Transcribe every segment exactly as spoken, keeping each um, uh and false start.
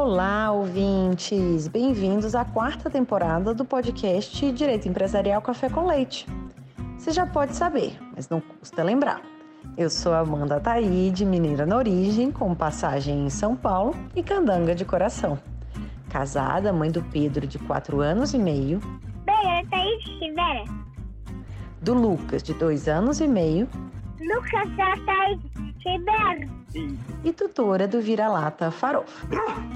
Olá, ouvintes! Bem-vindos à quarta temporada do podcast Direito Empresarial Café com Leite. Você já pode saber, mas não custa lembrar. Eu sou Amanda Taide, mineira na origem, com passagem em São Paulo e candanga de coração. Casada, mãe do Pedro, de quatro anos e meio. Bem, Taide Rivera. Do Lucas, de dois anos e meio. Lucas da Taide Rivera. E tutora do Vira-Lata Farofa.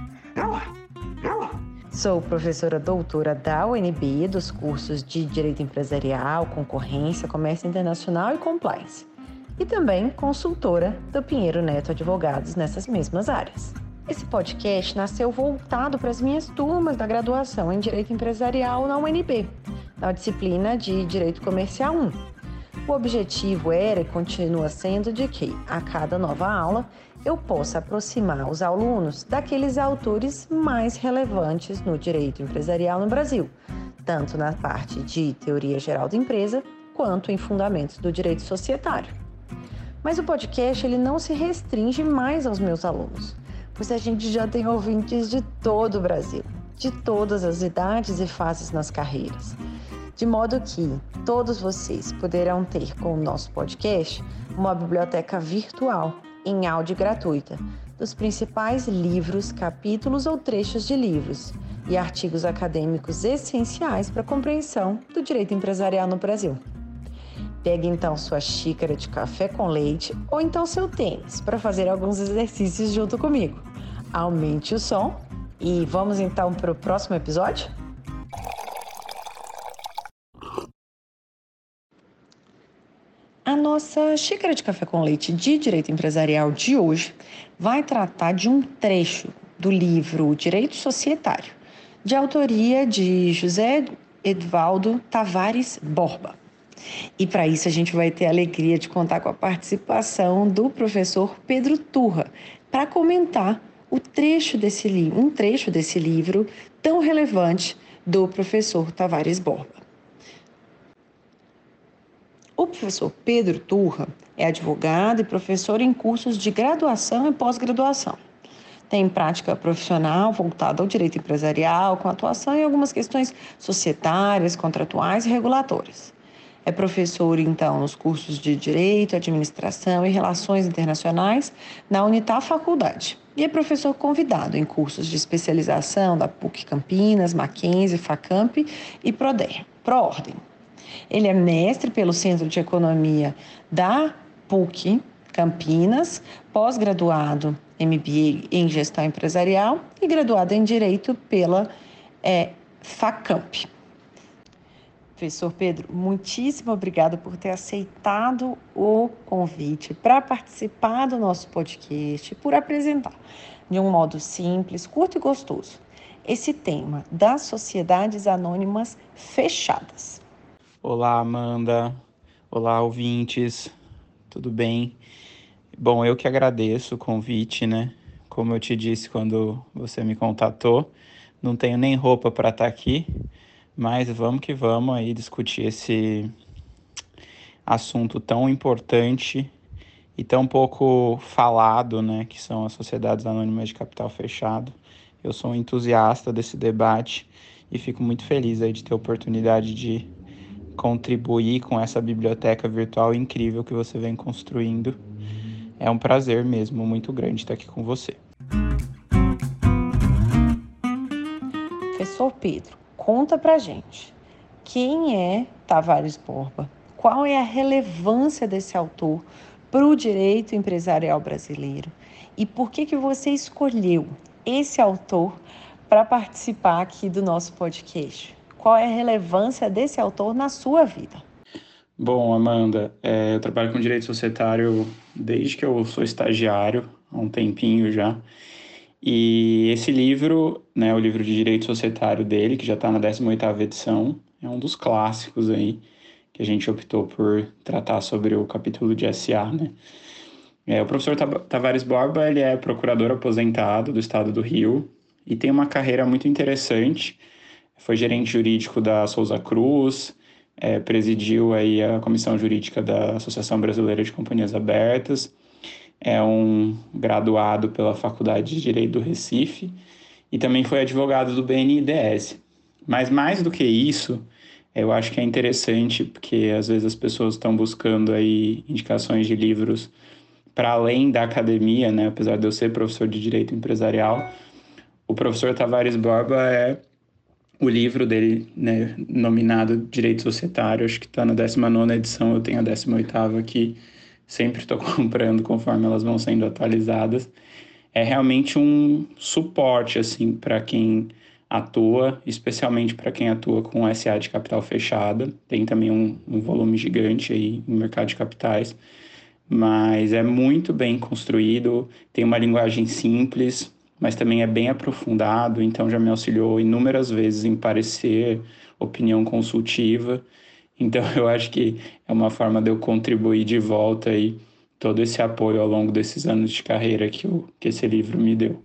Sou professora doutora da U N B dos cursos de Direito Empresarial, Concorrência, Comércio Internacional e Compliance. E também consultora do Pinheiro Neto Advogados nessas mesmas áreas. Esse podcast nasceu voltado para as minhas turmas da graduação em Direito Empresarial na U N B, na disciplina de Direito Comercial um. O objetivo era e continua sendo de que, a cada nova aula, eu possa aproximar os alunos daqueles autores mais relevantes no direito empresarial no Brasil, tanto na parte de teoria geral da empresa, quanto em fundamentos do direito societário. Mas o podcast ele não se restringe mais aos meus alunos, pois a gente já tem ouvintes de todo o Brasil, de todas as idades e fases nas carreiras. De modo que todos vocês poderão ter com o nosso podcast uma biblioteca virtual em áudio gratuita dos principais livros, capítulos ou trechos de livros e artigos acadêmicos essenciais para a compreensão do direito empresarial no Brasil. Pegue então sua xícara de café com leite ou então seu tênis para fazer alguns exercícios junto comigo. Aumente o som e vamos então para o próximo episódio? A nossa xícara de café com leite de direito empresarial de hoje vai tratar de um trecho do livro Direito Societário, de autoria de José Edvaldo Tavares Borba. E para isso a gente vai ter a alegria de contar com a participação do professor Pedro Turra para comentar o trecho desse livro, um trecho desse livro tão relevante do professor Tavares Borba. O professor Pedro Turra é advogado e professor em cursos de graduação e pós-graduação. Tem prática profissional voltada ao direito empresarial, com atuação em algumas questões societárias, contratuais e regulatórias. É professor, então, nos cursos de Direito, Administração e Relações Internacionais na Unitá Faculdade. E é professor convidado em cursos de especialização da P U C Campinas, Mackenzie, Facamp e Proder, Proordem. Ele é mestre pelo Centro de Economia da P U C Campinas, pós-graduado M B A em Gestão Empresarial e graduado em Direito pela é, Facamp. Professor Pedro, muitíssimo obrigada por ter aceitado o convite para participar do nosso podcast, por apresentar de um modo simples, curto e gostoso esse tema das sociedades anônimas fechadas. Olá, Amanda. Olá, ouvintes. Tudo bem? Bom, eu que agradeço o convite, né? Como eu te disse quando você me contatou, não tenho nem roupa para estar aqui, mas vamos que vamos aí discutir esse assunto tão importante e tão pouco falado, né? Que são as sociedades anônimas de capital fechado. Eu sou um entusiasta desse debate e fico muito feliz aí de ter a oportunidade de contribuir com essa biblioteca virtual incrível que você vem construindo. É um prazer mesmo, muito grande estar aqui com você. Professor Pedro, conta pra gente, quem é Tavares Borba? Qual é a relevância desse autor para o direito empresarial brasileiro? E por que que você escolheu esse autor para participar aqui do nosso podcast? Qual é a relevância desse autor na sua vida? Bom, Amanda, é, eu trabalho com direito societário desde que eu sou estagiário, há um tempinho já. E esse livro, né, o livro de direito societário dele, que já está na décima oitava edição, é um dos clássicos aí, que a gente optou por tratar sobre o capítulo de S A, né? É, o professor Tavares Borba, ele é procurador aposentado do estado do Rio e tem uma carreira muito interessante. Foi gerente jurídico da Souza Cruz, é, presidiu aí a comissão jurídica da Associação Brasileira de Companhias Abertas, é um graduado pela Faculdade de Direito do Recife e também foi advogado do B N D E S. Mas mais do que isso, eu acho que é interessante, porque às vezes as pessoas estão buscando aí indicações de livros para além da academia, né? Apesar de eu ser professor de Direito Empresarial, o professor Tavares Borba é o livro dele, né, nominado Direito Societário, acho que está na décima nona edição, eu tenho a décima oitava aqui, sempre estou comprando conforme elas vão sendo atualizadas. É realmente um suporte, assim, para quem atua, especialmente para quem atua com S A de capital fechada. Tem também um, um volume gigante aí no mercado de capitais, mas é muito bem construído, tem uma linguagem simples, mas também é bem aprofundado, então já me auxiliou inúmeras vezes em parecer, opinião consultiva. Então eu acho que é uma forma de eu contribuir de volta aí todo esse apoio ao longo desses anos de carreira que, o, que esse livro me deu.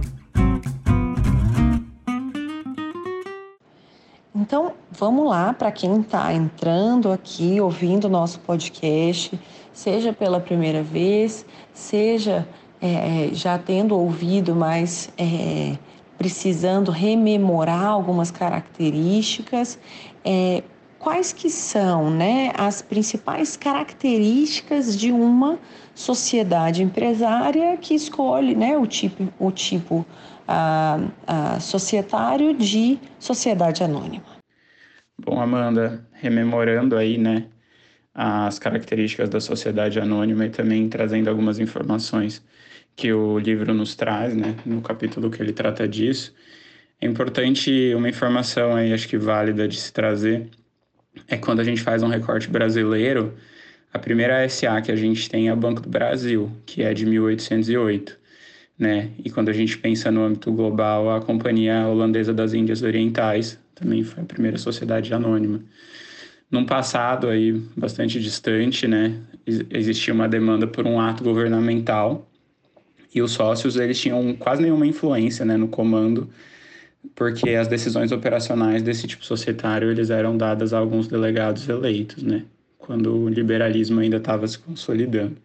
Então, vamos lá, para quem está entrando aqui, ouvindo o nosso podcast, seja pela primeira vez, seja é, já tendo ouvido, mas é, precisando rememorar algumas características, é, quais que são, né, as principais características de uma sociedade empresária que escolhe, né, o tipo, o tipo a, a societário de sociedade anônima. Bom, Amanda, rememorando aí, né, as características da sociedade anônima e também trazendo algumas informações que o livro nos traz, né, no capítulo que ele trata disso, é importante uma informação aí, acho que válida de se trazer, é quando a gente faz um recorte brasileiro, a primeira S A que a gente tem é o Banco do Brasil, que é de mil oitocentos e oito, né? E quando a gente pensa no âmbito global, a Companhia Holandesa das Índias Orientais também foi a primeira sociedade anônima. Num passado aí bastante distante, né, existia uma demanda por um ato governamental e os sócios eles tinham quase nenhuma influência, né, no comando, porque as decisões operacionais desse tipo societário eles eram dadas a alguns delegados eleitos, né, quando o liberalismo ainda estava se consolidando.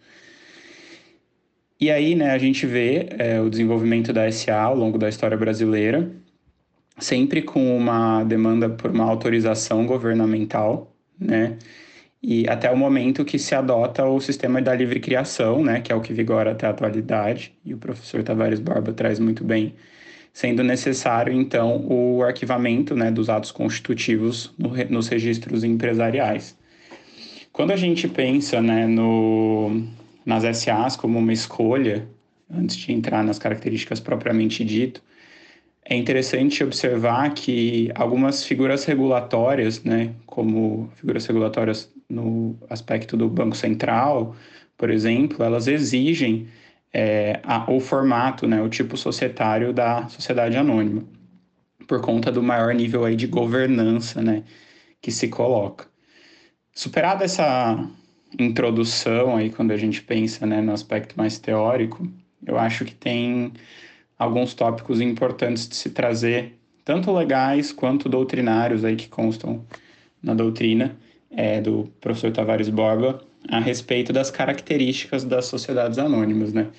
E aí, né, a gente vê é, o desenvolvimento da S A ao longo da história brasileira, sempre com uma demanda por uma autorização governamental, né, e até o momento que se adota o sistema da livre criação, né, que é o que vigora até a atualidade, e o professor Tavares Borba traz muito bem, sendo necessário, então, o arquivamento, né, dos atos constitutivos no, nos registros empresariais. Quando a gente pensa, né, no, nas S As como uma escolha, antes de entrar nas características propriamente dito, é interessante observar que algumas figuras regulatórias, né, como figuras regulatórias no aspecto do Banco Central, por exemplo, elas exigem é, a, o formato, né, o tipo societário da sociedade anônima, por conta do maior nível aí de governança, né, que se coloca. Superada essa introdução aí, quando a gente pensa, né, no aspecto mais teórico, eu acho que tem alguns tópicos importantes de se trazer, tanto legais quanto doutrinários aí que constam na doutrina é, do professor Tavares Borba a respeito das características das sociedades anônimas, né?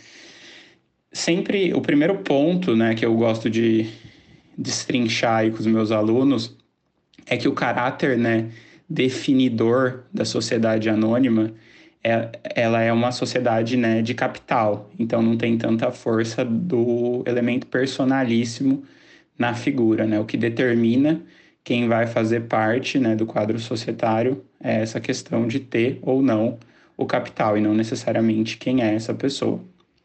Sempre o primeiro ponto, né, que eu gosto de destrinchar aí com os meus alunos é que o caráter, né, definidor da sociedade anônima é, ela é uma sociedade, né, de capital, então não tem tanta força do elemento personalíssimo na figura, né? O que determina quem vai fazer parte, né, do quadro societário é essa questão de ter ou não o capital e não necessariamente quem é essa pessoa.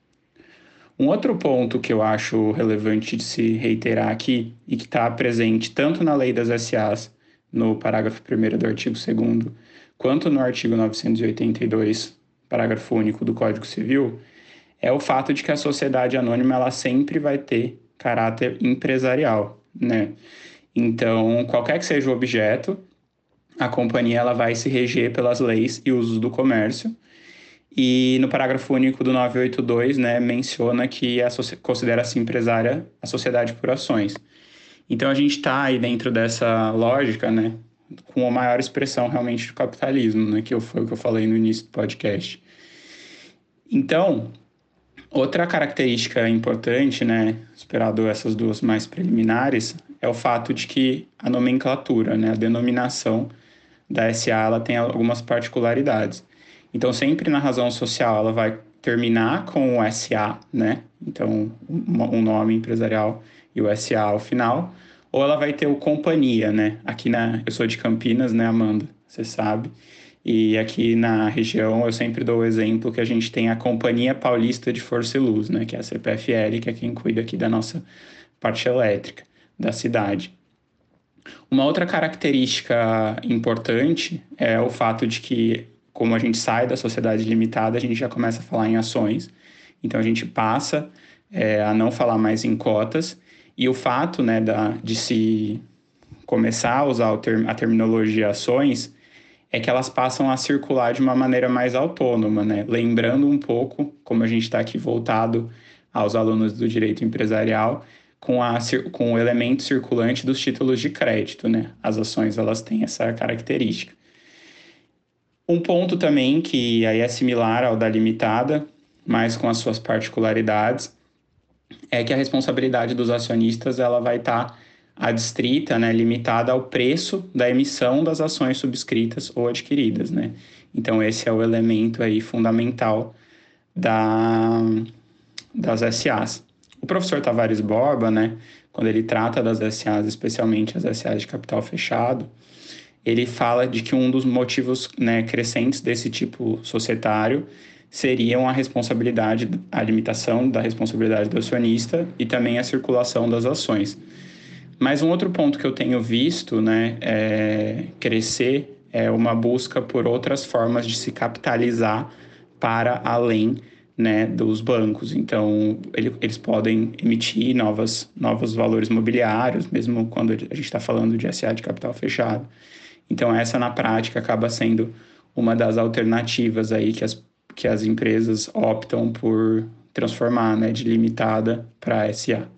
Um outro ponto que eu acho relevante de se reiterar aqui e que está presente tanto na lei das S As, no parágrafo primeiro do artigo segundo, quanto no artigo novecentos e oitenta e dois, parágrafo único do Código Civil, é o fato de que a sociedade anônima ela sempre vai ter caráter empresarial, né? Então, qualquer que seja o objeto, a companhia ela vai se reger pelas leis e usos do comércio. E no parágrafo único do novecentos e oitenta e dois, né, menciona que considera-se empresária a sociedade por ações. Então, a gente está aí dentro dessa lógica, né, com a maior expressão realmente do capitalismo, né, que foi o que eu falei no início do podcast. Então, Outra característica importante, né, superado essas duas mais preliminares, é o fato de que a nomenclatura, né, a denominação da S A, ela tem algumas particularidades. Então, sempre na razão social, ela vai terminar com o S A, né? Então, um nome empresarial e o S A ao final. Ou ela vai ter o companhia, né? Aqui na... Eu sou de Campinas, né, Amanda? Você sabe. E aqui na região eu sempre dou o exemplo que a gente tem a Companhia Paulista de Força e Luz, né? Que é a C P F L, que é quem cuida aqui da nossa parte elétrica da cidade. Uma outra característica importante é o fato de que, como a gente sai da sociedade limitada, a gente já começa a falar em ações. Então, a gente passa é, a não falar mais em cotas. E o fato, né, da, de se começar a usar o term, a terminologia ações é que elas passam a circular de uma maneira mais autônoma, né? Lembrando um pouco, como a gente está aqui voltado aos alunos do direito empresarial, com, a, com o elemento circulante dos títulos de crédito, né? As ações, elas têm essa característica. Um ponto também que aí é similar ao da limitada, mas com as suas particularidades, é que a responsabilidade dos acionistas, ela vai estar tá adstrita, né, limitada ao preço da emissão das ações subscritas ou adquiridas, né? Então, esse é o elemento aí fundamental da, das S As. O professor Tavares Borba, né, quando ele trata das S As, especialmente as S As de capital fechado, ele fala de que um dos motivos, né, crescentes desse tipo societário seriam a responsabilidade, a limitação da responsabilidade do acionista e também a circulação das ações. Mas um outro ponto que eu tenho visto, né, é crescer é uma busca por outras formas de se capitalizar para além, né, dos bancos. Então, ele, eles podem emitir novas, novos valores mobiliários, mesmo quando a gente está falando de S A de capital fechado. Então, essa, na prática, acaba sendo uma das alternativas aí que as, que as empresas optam por transformar, né, de limitada para S A.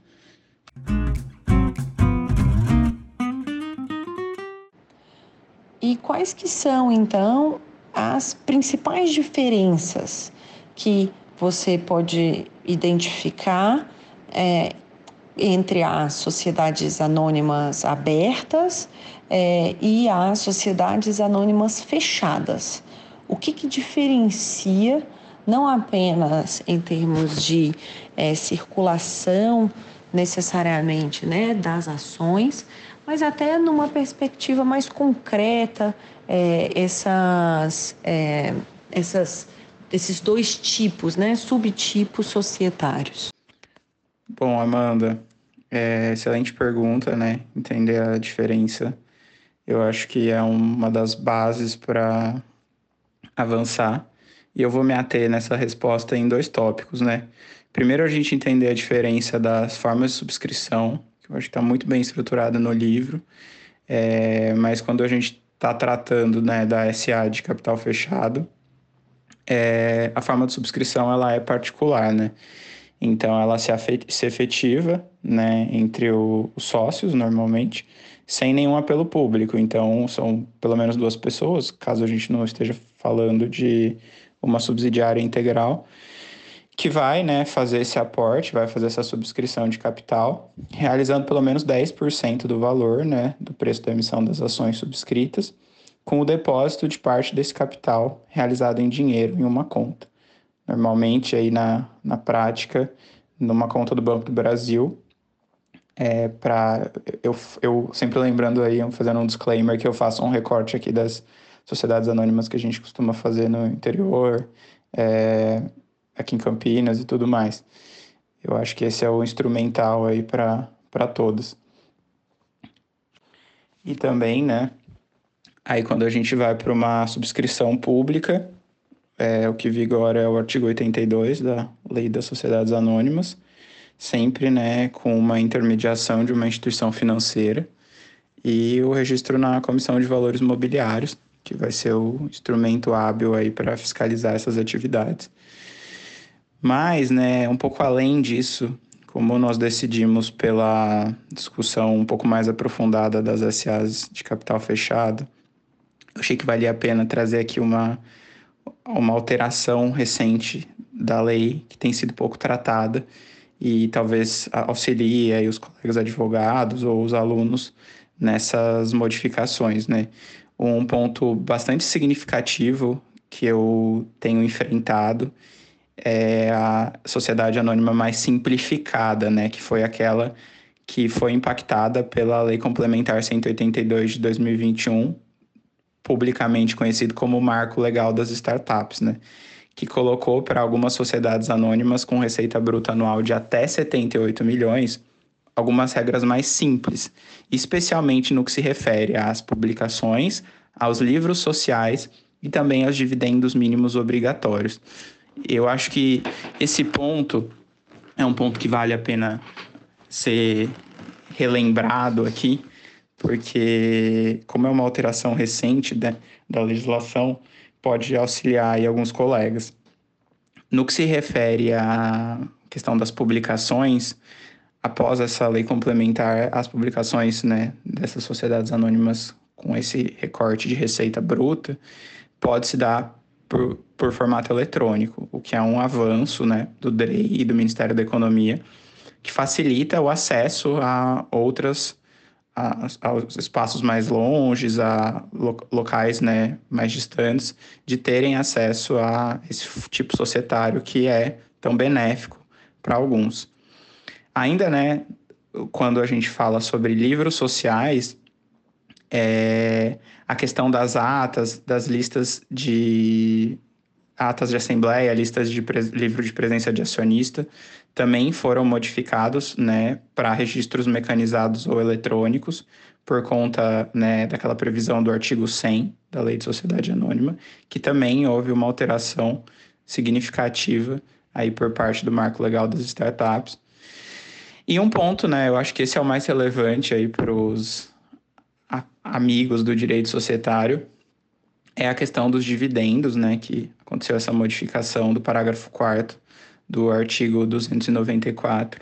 E quais que são, então, as principais diferenças que você pode identificar é, entre as sociedades anônimas abertas é, e as sociedades anônimas fechadas? O que, que diferencia, não apenas em termos de é, circulação necessariamente, né, das ações, mas até numa perspectiva mais concreta, é, essas, é, essas, esses dois tipos, né, subtipos societários? Bom, Amanda, é, excelente pergunta, né? Entender a diferença, eu acho que é uma das bases para avançar. E eu vou me ater nessa resposta em dois tópicos, né? Primeiro, a gente entender a diferença das formas de subscrição, que eu acho que está muito bem estruturada no livro, é, mas quando a gente está tratando, né, da S A de capital fechado, é, a forma de subscrição ela é particular, né? Então, ela se, se efetiva, né, entre o, os sócios, normalmente, sem nenhum apelo público. Então, são pelo menos duas pessoas, caso a gente não esteja falando de uma subsidiária integral, que vai, né, fazer esse aporte, vai fazer essa subscrição de capital, realizando pelo menos dez por cento do valor, né, do preço da emissão das ações subscritas, com o depósito de parte desse capital realizado em dinheiro em uma conta. Normalmente, aí na, na prática, numa conta do Banco do Brasil, é para eu, eu sempre lembrando aí, fazendo um disclaimer, que eu faço um recorte aqui das sociedades anônimas que a gente costuma fazer no interior, é, aqui em Campinas e tudo mais. Eu acho que esse é o instrumental aí para para todos. E também, né, aí quando a gente vai para uma subscrição pública, é, o que vigora é o artigo oitenta e dois da Lei das Sociedades Anônimas, sempre, né, com uma intermediação de uma instituição financeira e o registro na Comissão de Valores Mobiliários, que vai ser o instrumento hábil aí para fiscalizar essas atividades. Mas, né, um pouco além disso, como nós decidimos pela discussão um pouco mais aprofundada das S As de capital fechado, eu achei que valia a pena trazer aqui uma, uma alteração recente da lei que tem sido pouco tratada e talvez auxilie aí os colegas advogados ou os alunos nessas modificações, né? Um ponto bastante significativo que eu tenho enfrentado é a sociedade anônima mais simplificada, né? Que foi aquela que foi impactada pela Lei Complementar cento e oitenta e dois de dois mil e vinte e um, publicamente conhecido como o Marco Legal das Startups, né? Que colocou para algumas sociedades anônimas com receita bruta anual de até setenta e oito milhões algumas regras mais simples, especialmente no que se refere às publicações, aos livros sociais e também aos dividendos mínimos obrigatórios. Eu acho que esse ponto é um ponto que vale a pena ser relembrado aqui, porque como é uma alteração recente, né, da legislação, pode auxiliar aí alguns colegas. No que se refere à questão das publicações, após essa lei complementar, as publicações, né, dessas sociedades anônimas com esse recorte de receita bruta pode se dar por, por formato eletrônico, o que é um avanço, né, do D R E I e do Ministério da Economia, que facilita o acesso a outras, a, aos espaços mais longes, a lo, locais, né, mais distantes, de terem acesso a esse tipo societário que é tão benéfico para alguns. Ainda, né, quando a gente fala sobre livros sociais, é, a questão das atas, das listas de atas de assembleia, listas de pre, livro de presença de acionista, também foram modificados, né, para registros mecanizados ou eletrônicos, por conta, né, daquela previsão do artigo cem da Lei de Sociedade Anônima, que também houve uma alteração significativa aí por parte do Marco Legal das Startups. E um ponto, né, eu acho que esse é o mais relevante aí para os amigos do direito societário, é a questão dos dividendos, né, que aconteceu essa modificação do parágrafo quarto do artigo duzentos e noventa e quatro,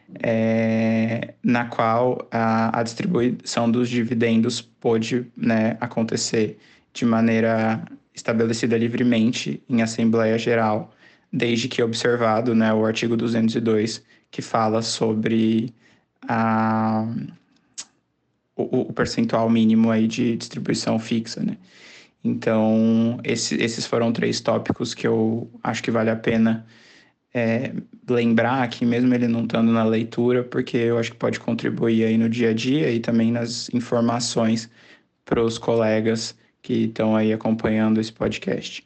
é, na qual a, a distribuição dos dividendos pôde, né, acontecer de maneira estabelecida livremente em Assembleia Geral, desde que observado, né, o artigo duzentos e dois, que fala sobre a, o, o percentual mínimo aí de distribuição fixa, né? Então, esse, esses foram três tópicos que eu acho que vale a pena é, lembrar aqui, mesmo ele não estando na leitura, porque eu acho que pode contribuir aí no dia a dia e também nas informações para os colegas que estão aí acompanhando esse podcast.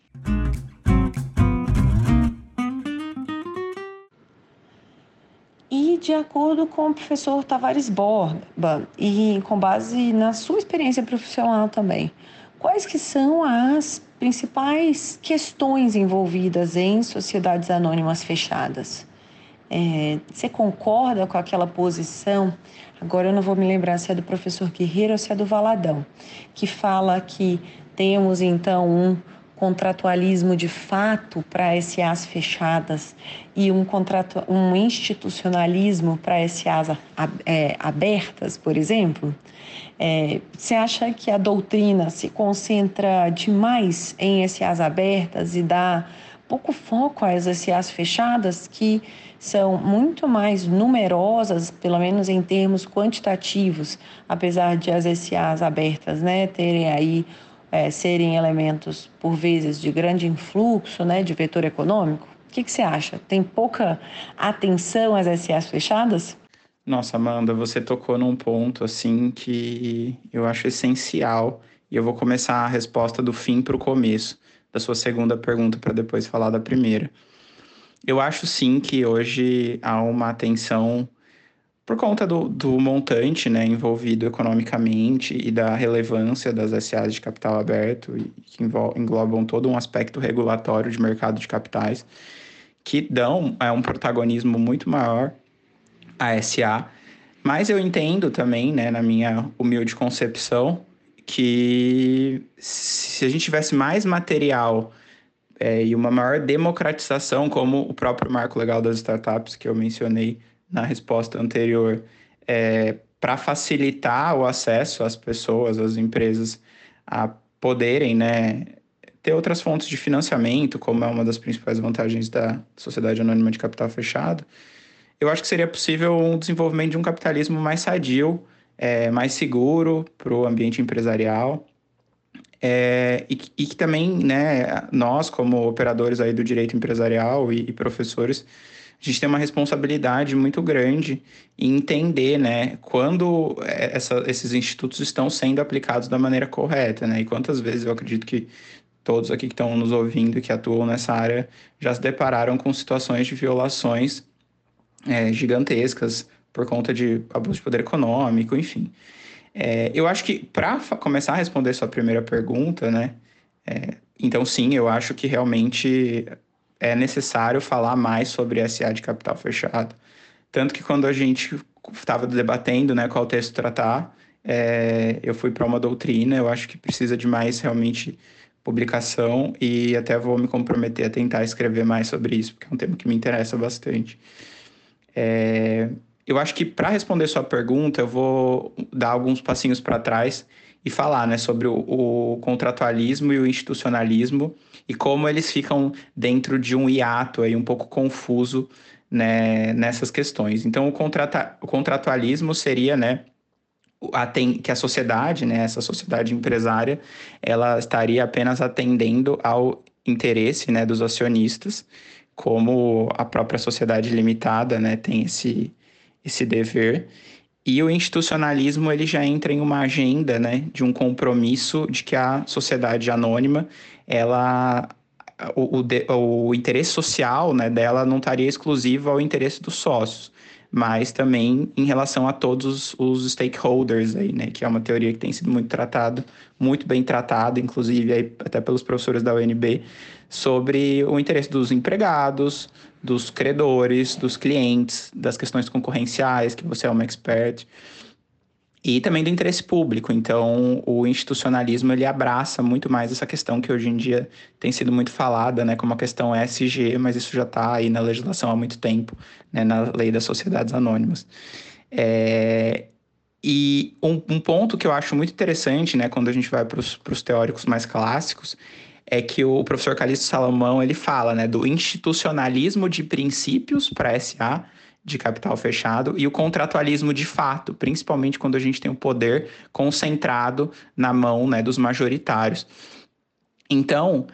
E de acordo com o professor Tavares Borba, e com base na sua experiência profissional também, quais que são as principais questões envolvidas em sociedades anônimas fechadas? É, você concorda com aquela posição? Agora eu não vou me lembrar se é do professor Guerreiro ou se é do Valadão, que fala que temos então um contratualismo de fato para S As fechadas e um, contrato, um institucionalismo para S As é, abertas, por exemplo. É, você acha que a doutrina se concentra demais em S As abertas e dá pouco foco às S As fechadas, que são muito mais numerosas, pelo menos em termos quantitativos, apesar de as S As abertas, né, terem aí É, serem elementos, por vezes, de grande influxo, né, de vetor econômico? O que, que você acha? Tem pouca atenção às S As fechadas? Nossa, Amanda, você tocou num ponto, assim, que eu acho essencial, e eu vou começar a resposta do fim para o começo, da sua segunda pergunta, para depois falar da primeira. Eu acho, sim, que hoje há uma atenção por conta do, do montante, né, envolvido economicamente e da relevância das S As de capital aberto, e que englobam todo um aspecto regulatório de mercado de capitais, que dão é, um protagonismo muito maior à S A. Mas eu entendo também, né, na minha humilde concepção, que se a gente tivesse mais material é, e uma maior democratização, como o próprio Marco Legal das Startups, que eu mencionei na resposta anterior, é, para facilitar o acesso às pessoas, às empresas, a poderem, né, ter outras fontes de financiamento, como é uma das principais vantagens da Sociedade Anônima de Capital Fechado, eu acho que seria possível um desenvolvimento de um capitalismo mais sadio, é, mais seguro para o ambiente empresarial, é, e, que- e que também, né, nós, como operadores aí do direito empresarial e, e professores, a gente tem uma responsabilidade muito grande em entender, né, quando é, essa- esses institutos estão sendo aplicados da maneira correta, né, e quantas vezes eu acredito que todos aqui que estão nos ouvindo e que atuam nessa área já se depararam com situações de violações é, gigantescas por conta de abuso de poder econômico, enfim. É, eu acho que para começar a responder sua primeira pergunta, né? é, então, sim, eu acho que realmente é necessário falar mais sobre S A de capital fechado. Tanto que quando a gente estava debatendo, né, qual texto tratar, é, eu fui para uma doutrina. Eu acho que precisa de mais realmente publicação e até vou me comprometer a tentar escrever mais sobre isso, porque é um tema que me interessa bastante. É, eu acho que para responder sua pergunta, eu vou dar alguns passinhos para trás e falar, né, sobre o, o contratualismo e o institucionalismo e como eles ficam dentro de um hiato aí um pouco confuso, né, nessas questões. Então, o, contrata, o contratualismo seria, né, aten- que a sociedade, né, essa sociedade empresária, ela estaria apenas atendendo ao interesse, né, dos acionistas, como a própria sociedade limitada, né, tem esse, esse dever. E o institucionalismo ele já entra em uma agenda, né, de um compromisso de que a sociedade anônima, ela o, o, de, o interesse social, né, dela não estaria exclusivo ao interesse dos sócios, mas também em relação a todos os stakeholders aí, né, que é uma teoria que tem sido muito tratado, muito bem tratada, inclusive aí, até pelos professores da U N B, sobre o interesse dos empregados, dos credores, dos clientes, das questões concorrenciais, que você é uma expert, e também do interesse público. Então, o institucionalismo ele abraça muito mais essa questão que hoje em dia tem sido muito falada, né, como a questão E S G, mas isso já está aí na legislação há muito tempo, né, na lei das sociedades anônimas. É, e um, um ponto que eu acho muito interessante, né, quando a gente vai para os teóricos mais clássicos, é que o professor Calixto Salomão ele fala, né, do institucionalismo de princípios para S A de capital fechado e o contratualismo de fato, principalmente quando a gente tem o poder concentrado na mão, né, dos majoritários. Então,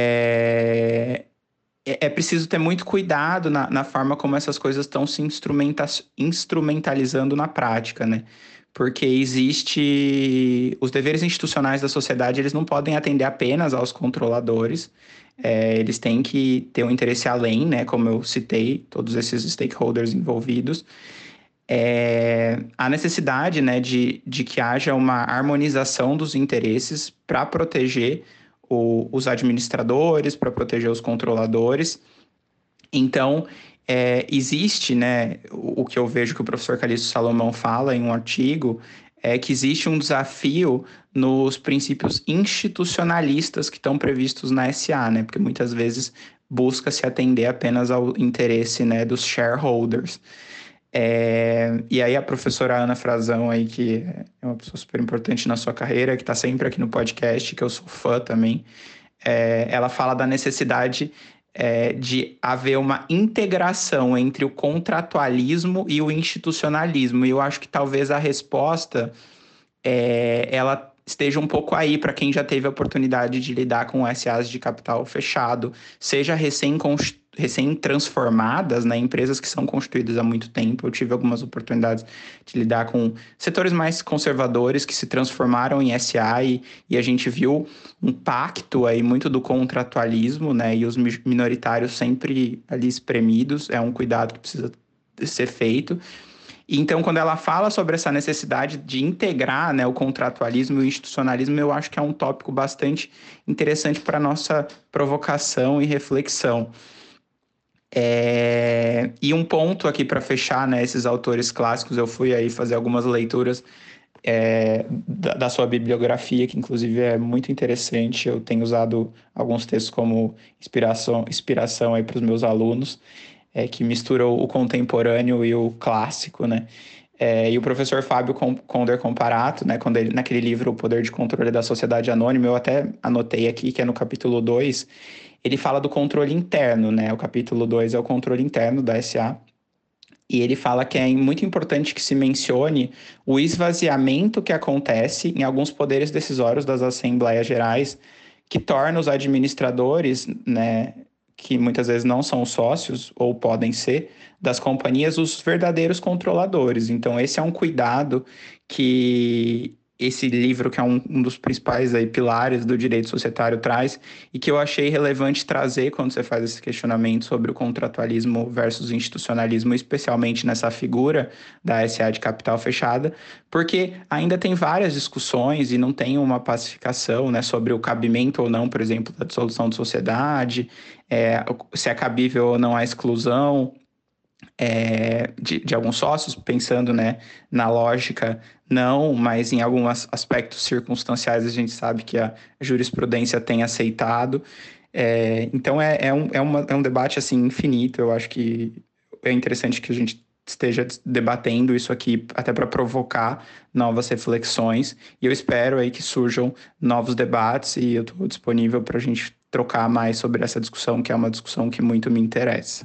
é, é é preciso ter muito cuidado na, na forma como essas coisas estão se instrumenta instrumentalizando na prática, né? Porque existe... Os deveres institucionais da sociedade, eles não podem atender apenas aos controladores, é, eles têm que ter um interesse além, né? Como eu citei, todos esses stakeholders envolvidos. É, a necessidade, né, de, de que haja uma harmonização dos interesses para proteger o, os administradores, para proteger os controladores. Então, é, existe, né, o, o que eu vejo que o professor Calixto Salomão fala em um artigo, é que existe um desafio nos princípios institucionalistas que estão previstos na S A, né, porque muitas vezes busca se atender apenas ao interesse, né, dos shareholders. É, e aí a professora Ana Frazão aí, que é uma pessoa super importante na sua carreira, que está sempre aqui no podcast, que eu sou fã também, é, ela fala da necessidade é, de haver uma integração entre o contratualismo e o institucionalismo. E eu acho que talvez a resposta é, ela esteja um pouco aí para quem já teve a oportunidade de lidar com S As de capital fechado, seja recém recém-transformadas, né, empresas que são constituídas há muito tempo. Eu tive algumas oportunidades de lidar com setores mais conservadores que se transformaram em S A e, e a gente viu um pacto aí muito do contratualismo, né, e os minoritários sempre ali espremidos. É um cuidado que precisa ser feito. Então, quando ela fala sobre essa necessidade de integrar, né, o contratualismo e o institucionalismo, eu acho que é um tópico bastante interessante para a nossa provocação e reflexão. É... E um ponto aqui para fechar, né, esses autores clássicos, eu fui aí fazer algumas leituras é, da, da sua bibliografia, que inclusive é muito interessante. Eu tenho usado alguns textos como inspiração, inspiração aí para os meus alunos, é, que misturam o contemporâneo e o clássico, né? É, e o professor Fábio Conder Comparato, né, quando ele, naquele livro O Poder de Controle da Sociedade Anônima, eu até anotei aqui que é no capítulo dois, ele fala do controle interno, né? O capítulo dois é o controle interno da S A. E ele fala que é muito importante que se mencione o esvaziamento que acontece em alguns poderes decisórios das Assembleias Gerais, que torna os administradores, né, que muitas vezes não são sócios, ou podem ser, das companhias, os verdadeiros controladores. Então, esse é um cuidado que esse livro, que é um, um dos principais aí, pilares do direito societário, traz, e que eu achei relevante trazer quando você faz esse questionamento sobre o contratualismo versus institucionalismo, especialmente nessa figura da S A de capital fechada, porque ainda tem várias discussões e não tem uma pacificação, né, sobre o cabimento ou não, por exemplo, da dissolução de sociedade, é, se é cabível ou não a exclusão é, de, de alguns sócios, pensando, né, na lógica, não, mas em alguns aspectos circunstanciais a gente sabe que a jurisprudência tem aceitado. É, então é, é, um, é, uma, é um debate assim, infinito. Eu acho que é interessante que a gente esteja debatendo isso aqui até para provocar novas reflexões, e eu espero aí que surjam novos debates, e eu estou disponível para a gente trocar mais sobre essa discussão, que é uma discussão que muito me interessa.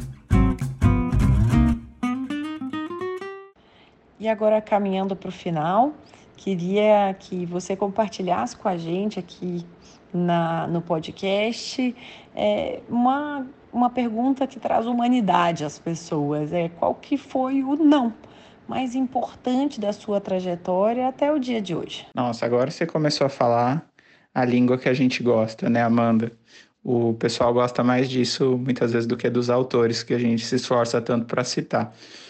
E agora, caminhando para o final, queria que você compartilhasse com a gente aqui na, no podcast é, uma, uma pergunta que traz humanidade às pessoas. É, qual que foi o não mais importante da sua trajetória até o dia de hoje? Nossa, agora você começou a falar a língua que a gente gosta, né, Amanda? O pessoal gosta mais disso muitas vezes do que dos autores que a gente se esforça tanto para citar.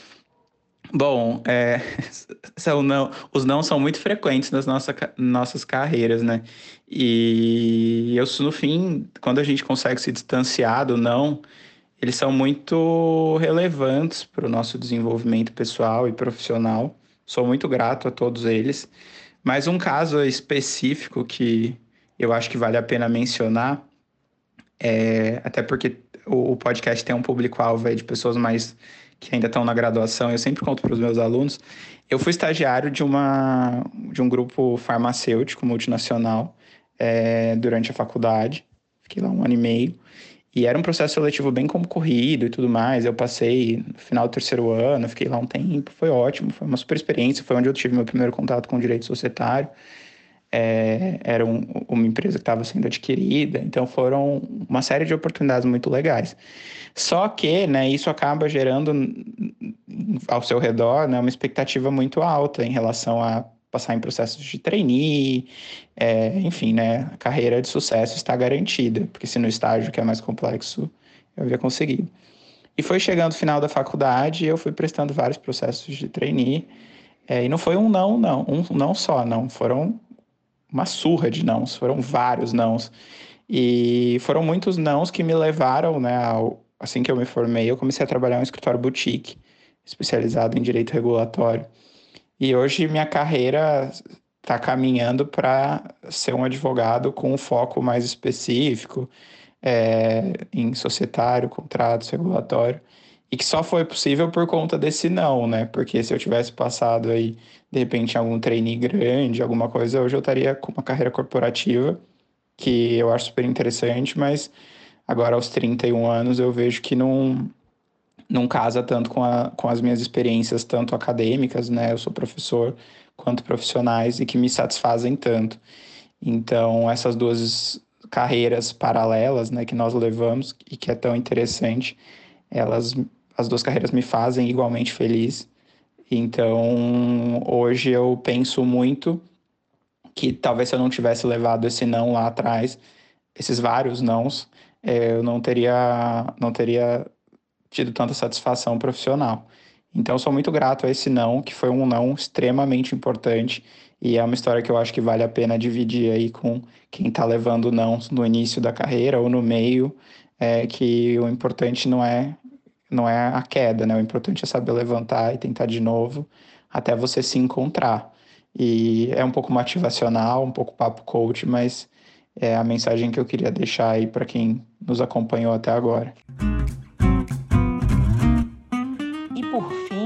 Bom, é, são não, os não são muito frequentes nas nossa, nossas carreiras, né? E eu, no fim, quando a gente consegue se distanciar do não, eles são muito relevantes para o nosso desenvolvimento pessoal e profissional. Sou muito grato a todos eles. Mas um caso específico que eu acho que vale a pena mencionar, é, até porque o, o podcast tem um público-alvo aí de pessoas mais que ainda estão na graduação, eu sempre conto para os meus alunos. Eu fui estagiário de, uma, de um grupo farmacêutico multinacional é, durante a faculdade, fiquei lá um ano e meio, e era um processo seletivo bem concorrido e tudo mais. Eu passei no final do terceiro ano, fiquei lá um tempo, foi ótimo, foi uma super experiência, foi onde eu tive meu primeiro contato com o direito societário. É, era um, uma empresa que estava sendo adquirida, então foram uma série de oportunidades muito legais. Só que, né, isso acaba gerando ao seu redor, né, uma expectativa muito alta em relação a passar em processos de trainee, é, enfim, né, a carreira de sucesso está garantida, porque se no estágio, que é mais complexo, eu havia conseguido. E foi chegando o final da faculdade, eu fui prestando vários processos de trainee, é, e não foi um não, não, um não só, não, foram uma surra de nãos, foram vários nãos. E foram muitos nãos que me levaram, né, ao, assim que eu me formei, eu comecei a trabalhar em um escritório boutique, especializado em direito regulatório. E hoje minha carreira está caminhando para ser um advogado com um foco mais específico, é, em societário, contratos, regulatório, e que só foi possível por conta desse não, né? Porque se eu tivesse passado aí, de repente, em algum trainee grande, alguma coisa, hoje eu estaria com uma carreira corporativa, que eu acho super interessante, mas agora aos trinta e um anos eu vejo que não, não casa tanto com, a, com as minhas experiências, tanto acadêmicas, né? Eu sou professor, quanto profissionais, e que me satisfazem tanto. Então, essas duas carreiras paralelas, né, que nós levamos e que é tão interessante, elas, as duas carreiras me fazem igualmente feliz. Então, hoje eu penso muito que talvez se eu não tivesse levado esse não lá atrás, esses vários nãos, eu não teria, não teria tido tanta satisfação profissional. Então, eu sou muito grato a esse não, que foi um não extremamente importante, e é uma história que eu acho que vale a pena dividir aí com quem está levando não no início da carreira ou no meio, é que o importante não é, não é a queda, né? O importante é saber levantar e tentar de novo até você se encontrar. E é um pouco motivacional, um pouco papo coach, mas é a mensagem que eu queria deixar aí para quem nos acompanhou até agora.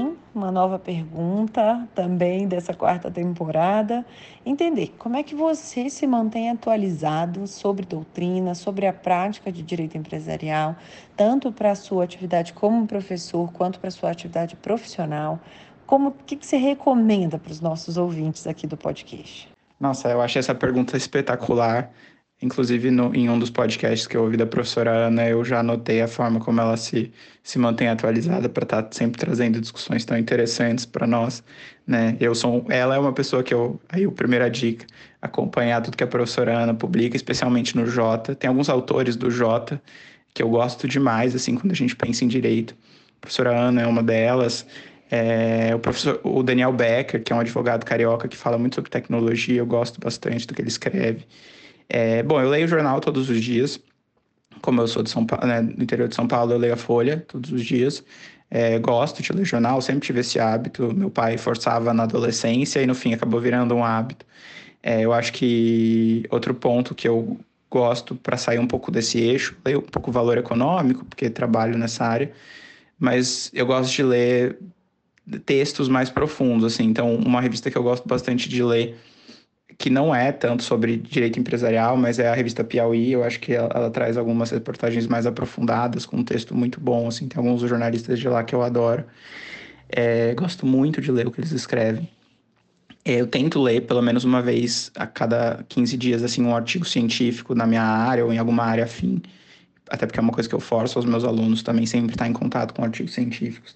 uma nova pergunta também dessa quarta temporada. Entender como é que você se mantém atualizado sobre doutrina, sobre a prática de direito empresarial, tanto para a sua atividade como professor, quanto para a sua atividade profissional. Como, o que, que você recomenda para os nossos ouvintes aqui do podcast? Nossa, eu achei essa pergunta espetacular. Inclusive, no, em um dos podcasts que eu ouvi da professora Ana, eu já anotei a forma como ela se, se mantém atualizada para estar sempre trazendo discussões tão interessantes para nós, né? Eu sou, ela é uma pessoa que eu, aí a primeira dica, acompanhar tudo que a professora Ana publica, especialmente no Jota. Tem alguns autores do Jota que eu gosto demais, assim, quando a gente pensa em direito. A professora Ana é uma delas. É, o professor, o Daniel Becker, que é um advogado carioca que fala muito sobre tecnologia, eu gosto bastante do que ele escreve. É, bom, eu leio o jornal todos os dias, como eu sou de São Paulo, né, do interior de São Paulo, eu leio a Folha todos os dias. É, gosto de ler jornal, sempre tive esse hábito. Meu pai forçava na adolescência e no fim acabou virando um hábito. É, eu acho que outro ponto que eu gosto para sair um pouco desse eixo, leio um pouco valor econômico, porque trabalho nessa área, mas eu gosto de ler textos mais profundos, assim. Então, uma revista que eu gosto bastante de ler, que não é tanto sobre direito empresarial, mas é a revista Piauí. Eu acho que ela, ela traz algumas reportagens mais aprofundadas, com um texto muito bom, assim. Tem alguns jornalistas de lá que eu adoro. É, gosto muito de ler o que eles escrevem. Eu tento ler pelo menos uma vez a cada quinze dias, assim, um artigo científico na minha área ou em alguma área afim. Até porque é uma coisa que eu forço aos meus alunos também, sempre estar em contato com artigos científicos.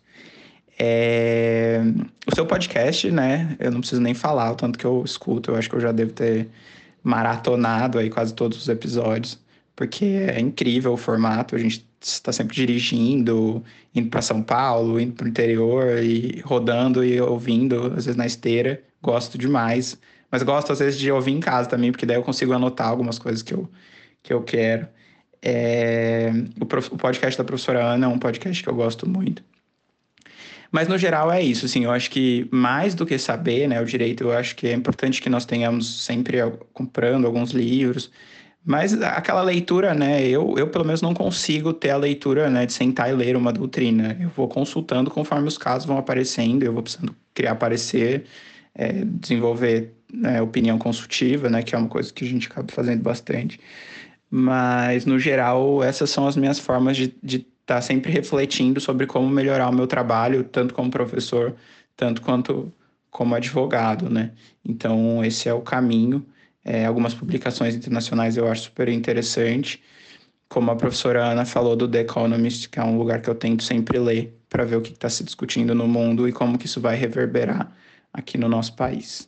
É... O seu podcast, né? Eu não preciso nem falar o tanto que eu escuto. Eu acho que eu já devo ter maratonado aí quase todos os episódios, porque é incrível o formato. A gente está sempre dirigindo, indo para São Paulo, indo para o interior e rodando e ouvindo, às vezes na esteira. Gosto demais. Mas gosto, às vezes, de ouvir em casa também, porque daí eu consigo anotar algumas coisas que eu, que eu quero. É... O, prof... o podcast da professora Ana é um podcast que eu gosto muito. Mas, no geral, é isso, assim, eu acho que mais do que saber, né, o direito, eu acho que é importante que nós tenhamos sempre comprando alguns livros, mas aquela leitura, né, eu, eu pelo menos não consigo ter a leitura, né, de sentar e ler uma doutrina. Eu vou consultando conforme os casos vão aparecendo, eu vou precisando criar parecer, é, desenvolver, né, opinião consultiva, né, que é uma coisa que a gente acaba fazendo bastante. Mas, no geral, essas são as minhas formas de, de estar sempre refletindo sobre como melhorar o meu trabalho, tanto como professor, tanto quanto como advogado, né? Então, esse é o caminho. É, algumas publicações internacionais eu acho super interessante. Como a professora Ana falou do The Economist, que é um lugar que eu tento sempre ler para ver o que está se discutindo no mundo e como que isso vai reverberar aqui no nosso país.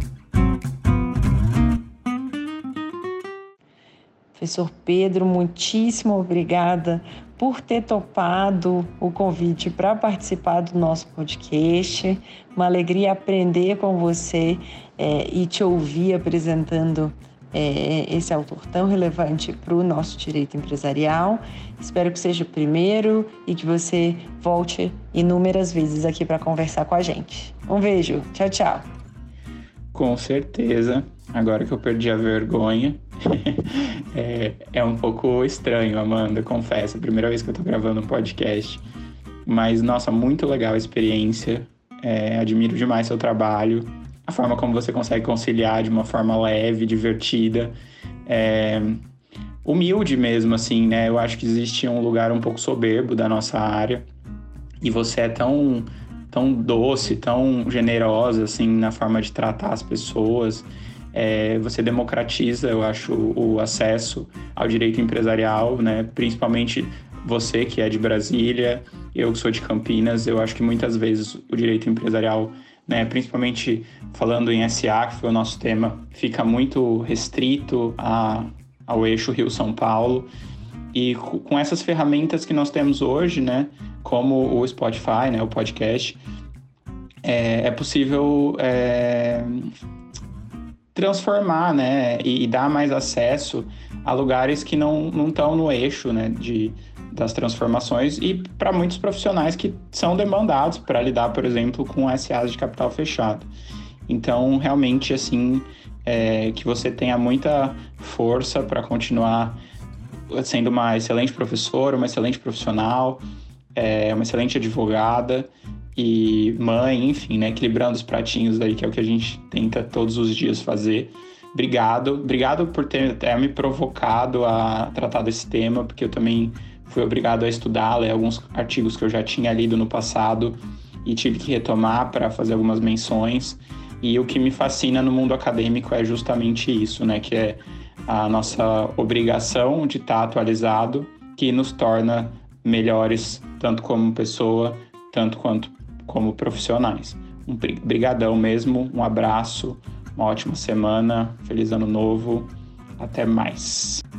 Professor Pedro, muitíssimo obrigada por ter topado o convite para participar do nosso podcast. Uma alegria aprender com você é, e te ouvir apresentando é, esse autor tão relevante para o nosso direito empresarial. Espero que seja o primeiro e que você volte inúmeras vezes aqui para conversar com a gente. Um beijo. Tchau, tchau. Com certeza. Agora que eu perdi a vergonha, é, é um pouco estranho, Amanda, confesso. É a primeira vez que eu tô gravando um podcast. Mas, nossa, muito legal a experiência. É, admiro demais seu trabalho. A forma como você consegue conciliar de uma forma leve, divertida. É, humilde mesmo, assim, né? Eu acho que existe um lugar um pouco soberbo da nossa área. E você é tão, tão doce, tão generosa, assim, na forma de tratar as pessoas. É, você democratiza, eu acho, o acesso ao direito empresarial, né? Principalmente você que é de Brasília, eu que sou de Campinas. Eu acho que muitas vezes o direito empresarial, né, principalmente falando em S A, que foi o nosso tema, fica muito restrito a, ao eixo Rio-São Paulo. E com essas ferramentas que nós temos hoje, né, como o Spotify, né, o podcast, é, é possível é, transformar, né, e, e dar mais acesso a lugares que não não estão no eixo, né, de, das transformações, e para muitos profissionais que são demandados para lidar, por exemplo, com S As de capital fechado. Então, realmente, assim, é, que você tenha muita força para continuar sendo uma excelente professora, uma excelente profissional, é, uma excelente advogada, e mãe, enfim, né? Equilibrando os pratinhos aí, que é o que a gente tenta todos os dias fazer. Obrigado, obrigado por ter, ter me provocado a tratar desse tema, porque eu também fui obrigado a estudar, ler alguns artigos que eu já tinha lido no passado e tive que retomar para fazer algumas menções. E o que me fascina no mundo acadêmico é justamente isso, né? Que é a nossa obrigação de estar atualizado, que nos torna melhores, tanto como pessoa, tanto quanto como profissionais. Um brigadão mesmo, um abraço, uma ótima semana, feliz ano novo, até mais.